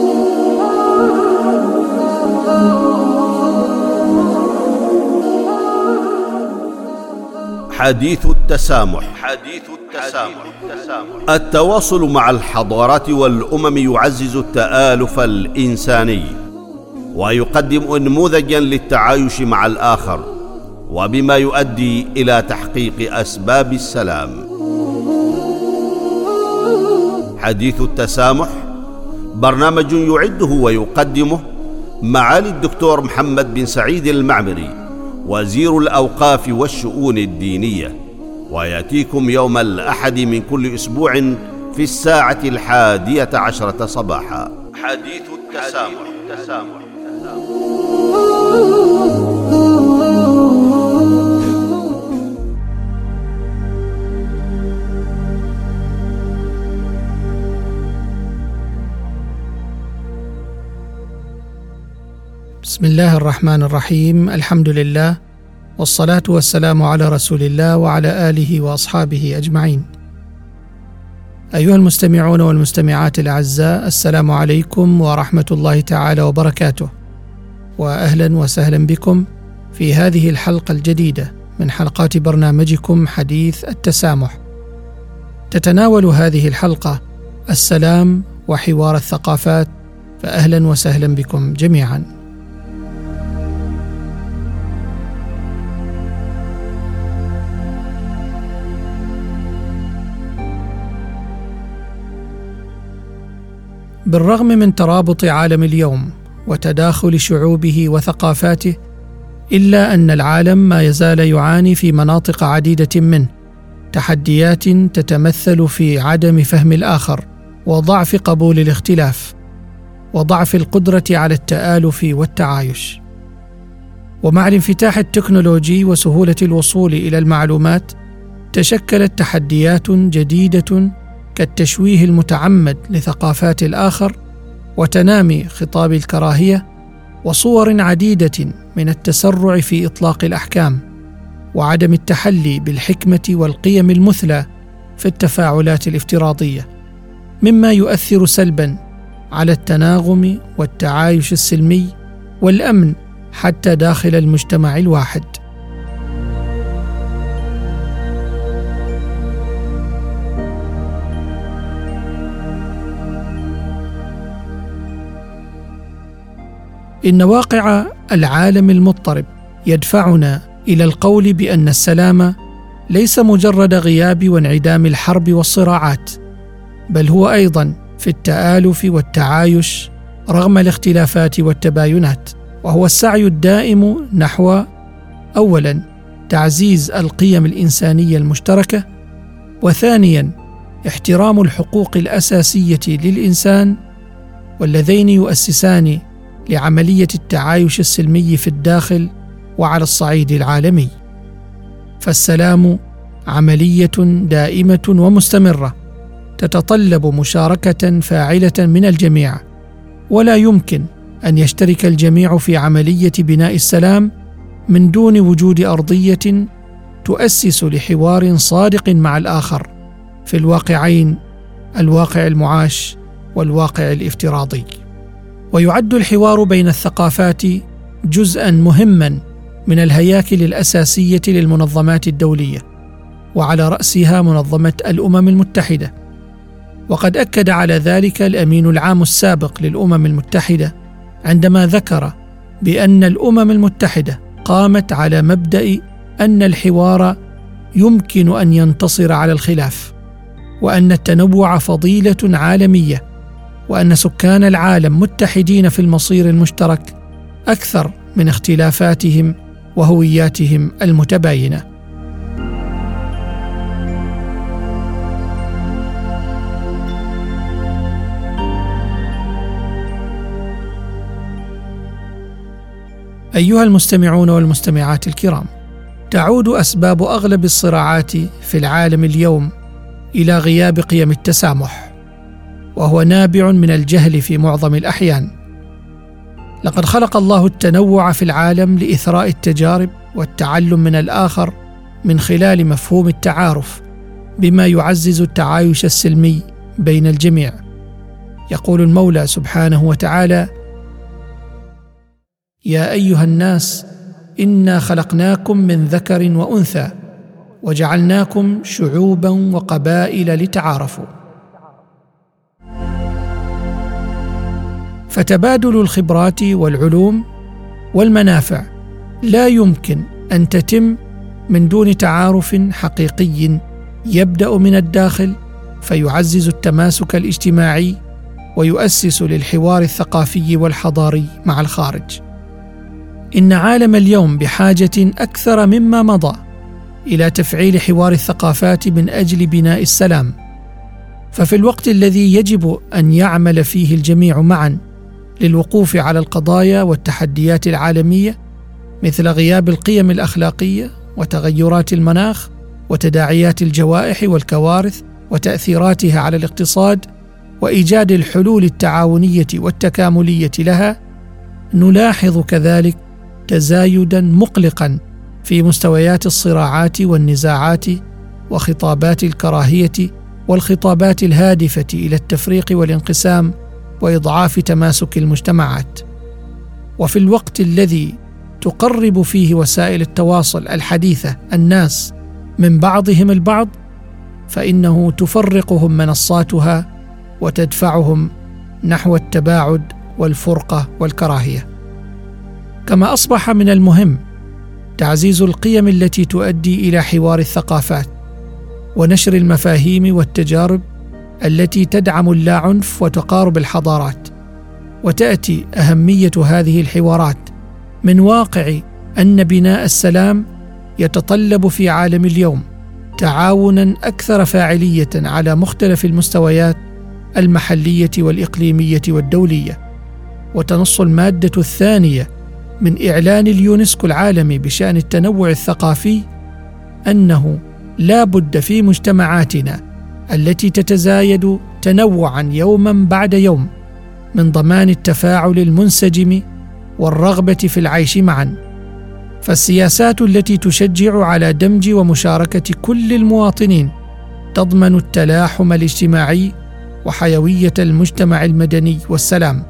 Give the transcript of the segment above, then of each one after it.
حديث التسامح. التواصل مع الحضارات والأمم يعزز التآلف الإنساني ويقدم نموذجا للتعايش مع الآخر، وبما يؤدي إلى تحقيق أسباب السلام. حديث التسامح برنامج يعده ويقدمه معالي الدكتور محمد بن سعيد المعمري، وزير الأوقاف والشؤون الدينية، ويأتيكم يوم الأحد من كل أسبوع في 11:10 صباحا. حديث التسامح. بسم الله الرحمن الرحيم. الحمد لله، والصلاة والسلام على رسول الله وعلى آله وأصحابه أجمعين. أيها المستمعون والمستمعات الأعزاء، السلام عليكم ورحمة الله تعالى وبركاته، وأهلا وسهلا بكم في هذه الحلقة الجديدة من حلقات برنامجكم حديث التسامح. تتناول هذه الحلقة السلام وحوار الثقافات، فأهلا وسهلا بكم جميعا. بالرغم من ترابط عالم اليوم وتداخل شعوبه وثقافاته، إلا أن العالم ما يزال يعاني في مناطق عديدة منه تحديات تتمثل في عدم فهم الآخر، وضعف قبول الاختلاف، وضعف القدرة على التآلف والتعايش. ومع الانفتاح التكنولوجي وسهولة الوصول إلى المعلومات، تشكلت تحديات جديدة كالتشويه المتعمد لثقافات الآخر، وتنامي خطاب الكراهية، وصور عديدة من التسرع في إطلاق الأحكام، وعدم التحلي بالحكمة والقيم المثلى في التفاعلات الافتراضية، مما يؤثر سلباً على التناغم والتعايش السلمي والأمن حتى داخل المجتمع الواحد. إن واقع العالم المضطرب يدفعنا إلى القول بأن السلام ليس مجرد غياب وانعدام الحرب والصراعات، بل هو أيضاً في التآلف والتعايش رغم الاختلافات والتباينات، وهو السعي الدائم نحو أولاً تعزيز القيم الإنسانية المشتركة، وثانياً احترام الحقوق الأساسية للإنسان، واللذين يؤسسان لعملية التعايش السلمي في الداخل وعلى الصعيد العالمي. فالسلام عملية دائمة ومستمرة تتطلب مشاركة فاعلة من الجميع، ولا يمكن أن يشترك الجميع في عملية بناء السلام من دون وجود أرضية تؤسس لحوار صادق مع الآخر في الواقعين، الواقع المعاش والواقع الافتراضي. ويعد الحوار بين الثقافات جزءاً مهماً من الهياكل الأساسية للمنظمات الدولية، وعلى رأسها منظمة الأمم المتحدة. وقد أكد على ذلك الأمين العام السابق للأمم المتحدة عندما ذكر بأن الأمم المتحدة قامت على مبدأ أن الحوار يمكن أن ينتصر على الخلاف، وأن التنوع فضيلة عالمية، وأن سكان العالم متحدين في المصير المشترك أكثر من اختلافاتهم وهوياتهم المتباينة. أيها المستمعون والمستمعات الكرام، تعود أسباب أغلب الصراعات في العالم اليوم إلى غياب قيم التسامح، وهو نابع من الجهل في معظم الأحيان. لقد خلق الله التنوع في العالم لإثراء التجارب والتعلم من الآخر من خلال مفهوم التعارف، بما يعزز التعايش السلمي بين الجميع. يقول المولى سبحانه وتعالى: يا أيها الناس إنا خلقناكم من ذكر وأنثى وجعلناكم شعوبا وقبائل لتعارفوا. فتبادل الخبرات والعلوم والمنافع لا يمكن أن تتم من دون تعارف حقيقي يبدأ من الداخل، فيعزز التماسك الاجتماعي ويؤسس للحوار الثقافي والحضاري مع الخارج. إن عالم اليوم بحاجة أكثر مما مضى إلى تفعيل حوار الثقافات من أجل بناء السلام. ففي الوقت الذي يجب أن يعمل فيه الجميع معا للوقوف على القضايا والتحديات العالمية مثل غياب القيم الأخلاقية وتغيرات المناخ وتداعيات الجوائح والكوارث وتأثيراتها على الاقتصاد وإيجاد الحلول التعاونية والتكاملية لها، نلاحظ كذلك تزايداً مقلقاً في مستويات الصراعات والنزاعات وخطابات الكراهية والخطابات الهادفة إلى التفريق والانقسام وإضعاف تماسك المجتمعات. وفي الوقت الذي تقرب فيه وسائل التواصل الحديثة الناس من بعضهم البعض، فإنه تفرقهم منصاتها وتدفعهم نحو التباعد والفرقة والكراهية. كما أصبح من المهم تعزيز القيم التي تؤدي إلى حوار الثقافات ونشر المفاهيم والتجارب التي تدعم اللاعنف وتقارب الحضارات. وتأتي أهمية هذه الحوارات من واقع أن بناء السلام يتطلب في عالم اليوم تعاونا أكثر فاعلية على مختلف المستويات المحلية والإقليمية والدولية. وتنص المادة الثانية من إعلان اليونسكو العالمي بشأن التنوع الثقافي أنه لا بد في مجتمعاتنا التي تتزايد تنوعا يوما بعد يوم من ضمان التفاعل المنسجم والرغبة في العيش معا. فالسياسات التي تشجع على دمج ومشاركة كل المواطنين تضمن التلاحم الاجتماعي وحيوية المجتمع المدني والسلام،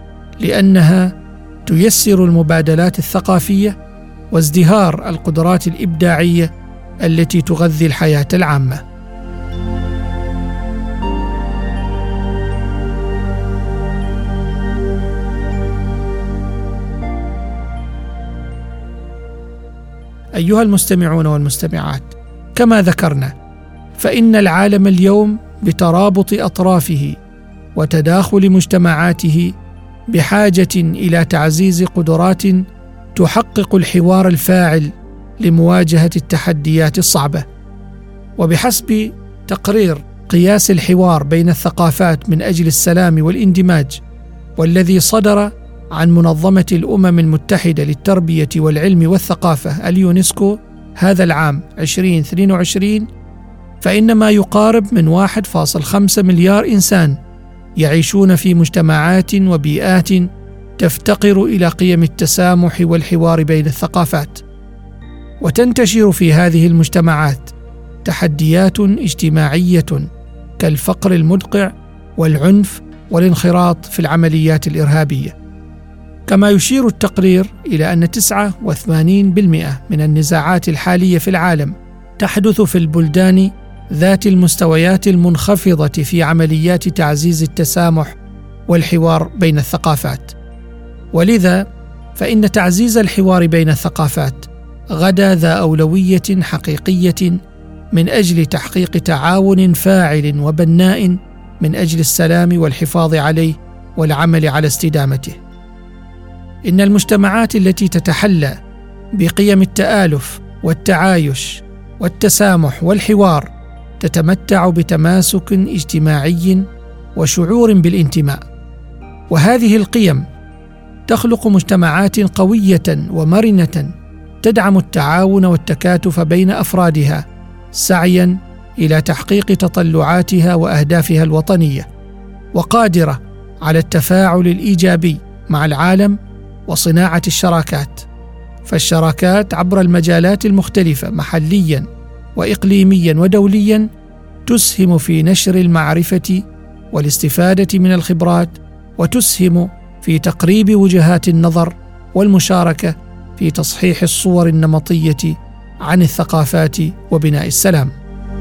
لأنها تيسر المبادلات الثقافية وازدهار القدرات الإبداعية التي تغذي الحياة العامة. أيها المستمعون والمستمعات، كما ذكرنا فإن العالم اليوم بترابط أطرافه وتداخل مجتمعاته بحاجة إلى تعزيز قدرات تحقق الحوار الفاعل لمواجهة التحديات الصعبة. وبحسب تقرير قياس الحوار بين الثقافات من أجل السلام والاندماج، والذي صدر عن منظمة الأمم المتحدة للتربية والعلم والثقافة اليونسكو هذا العام 2022، فإن ما يقارب من 1.5 مليار إنسان يعيشون في مجتمعات وبيئات تفتقر إلى قيم التسامح والحوار بين الثقافات. وتنتشر في هذه المجتمعات تحديات اجتماعية كالفقر المدقع والعنف والانخراط في العمليات الإرهابية. كما يشير التقرير إلى أن 89% من النزاعات الحالية في العالم تحدث في البلدان ذات المستويات المنخفضة في عمليات تعزيز التسامح والحوار بين الثقافات. ولذا فإن تعزيز الحوار بين الثقافات غدا ذا أولوية حقيقية من أجل تحقيق تعاون فاعل وبناء من أجل السلام والحفاظ عليه والعمل على استدامته. إن المجتمعات التي تتحلى بقيم التآلف والتعايش والتسامح والحوار تتمتع بتماسك اجتماعي وشعور بالانتماء. وهذه القيم تخلق مجتمعات قوية ومرنة تدعم التعاون والتكاتف بين أفرادها سعياً إلى تحقيق تطلعاتها وأهدافها الوطنية، وقادرة على التفاعل الإيجابي مع العالم وصناعة الشراكات. فالشراكات عبر المجالات المختلفة محلياً وإقليمياً ودولياً تسهم في نشر المعرفة والاستفادة من الخبرات، وتسهم في تقريب وجهات النظر والمشاركة في تصحيح الصور النمطية عن الثقافات وبناء السلام.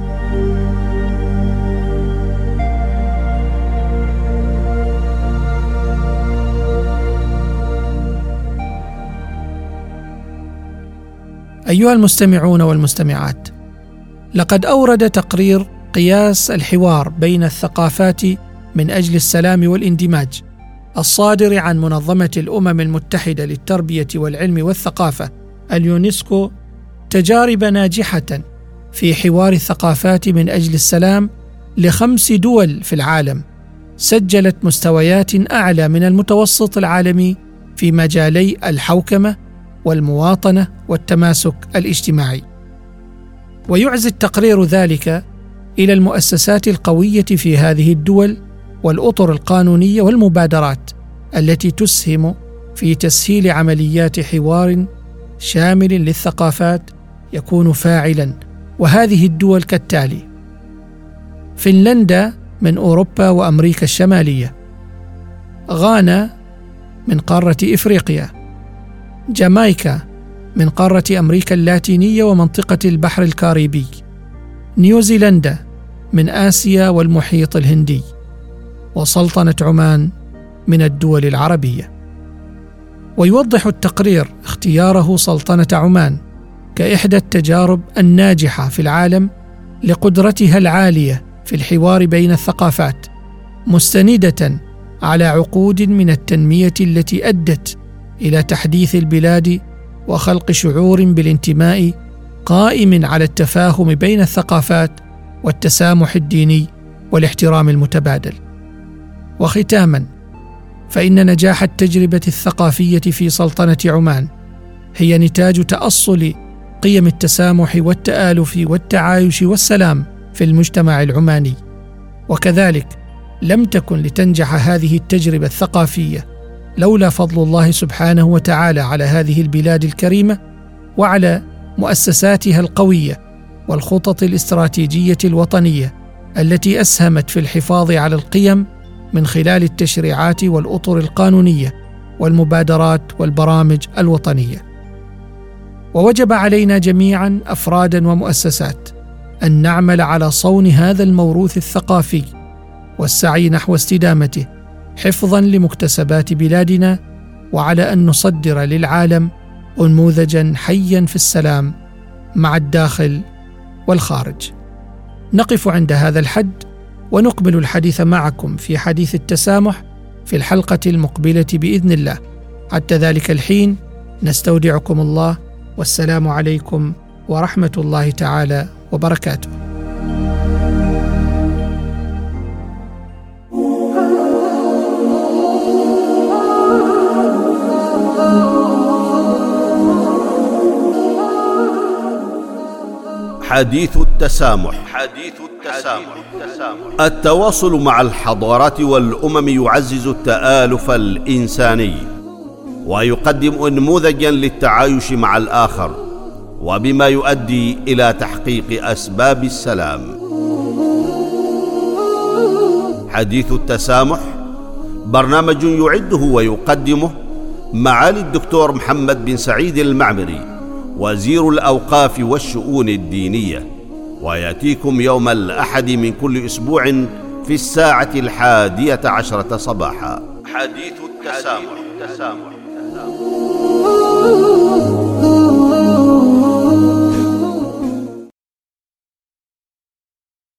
أيها المستمعون والمستمعات، لقد أورد تقرير قياس الحوار بين الثقافات من أجل السلام والاندماج الصادر عن منظمة الأمم المتحدة للتربية والعلم والثقافة اليونسكو تجارب ناجحة في حوار الثقافات من أجل السلام ل5 دول في العالم سجلت مستويات أعلى من المتوسط العالمي في مجالي الحوكمة والمواطنة والتماسك الاجتماعي. ويعزي التقرير ذلك إلى المؤسسات القوية في هذه الدول والأطر القانونية والمبادرات التي تسهم في تسهيل عمليات حوار شامل للثقافات يكون فاعلا، وهذه الدول كالتالي: فنلندا من أوروبا وأمريكا الشمالية، غانا من قارة إفريقيا، جامايكا من قارة أمريكا اللاتينية ومنطقة البحر الكاريبي، نيوزيلندا من آسيا والمحيط الهندي، وسلطنة عمان من الدول العربية. ويوضح التقرير اختياره سلطنة عمان كإحدى التجارب الناجحة في العالم لقدرتها العالية في الحوار بين الثقافات، مستندة على عقود من التنمية التي أدت إلى تحديث البلاد وخلق شعور بالانتماء قائم على التفاهم بين الثقافات والتسامح الديني والاحترام المتبادل. وختاماً، فإن نجاح التجربة الثقافية في سلطنة عمان هي نتاج تأصل قيم التسامح والتآلف والتعايش والسلام في المجتمع العماني. وكذلك لم تكن لتنجح هذه التجربة الثقافية لولا فضل الله سبحانه وتعالى على هذه البلاد الكريمة وعلى مؤسساتها القوية والخطط الاستراتيجية الوطنية التي أسهمت في الحفاظ على القيم من خلال التشريعات والأطر القانونية والمبادرات والبرامج الوطنية. ووجب علينا جميعا أفرادا ومؤسسات أن نعمل على صون هذا الموروث الثقافي والسعي نحو استدامته حفظا لمكتسبات بلادنا، وعلى أن نصدر للعالم أنموذجا حيا في السلام مع الداخل والخارج. نقف عند هذا الحد ونكمل الحديث معكم في حديث التسامح في الحلقة المقبلة بإذن الله. حتى ذلك الحين نستودعكم الله، والسلام عليكم ورحمة الله تعالى وبركاته. حديث التسامح. التواصل مع الحضارات والأمم يعزز التآلف الإنساني ويقدم نموذجا للتعايش مع الآخر، وبما يؤدي إلى تحقيق أسباب السلام. حديث التسامح برنامج يعده ويقدمه معالي الدكتور محمد بن سعيد المعمري، وزير الأوقاف والشؤون الدينية، ويأتيكم يوم الأحد من كل أسبوع في الساعة 11 صباحا. حديث التسامح.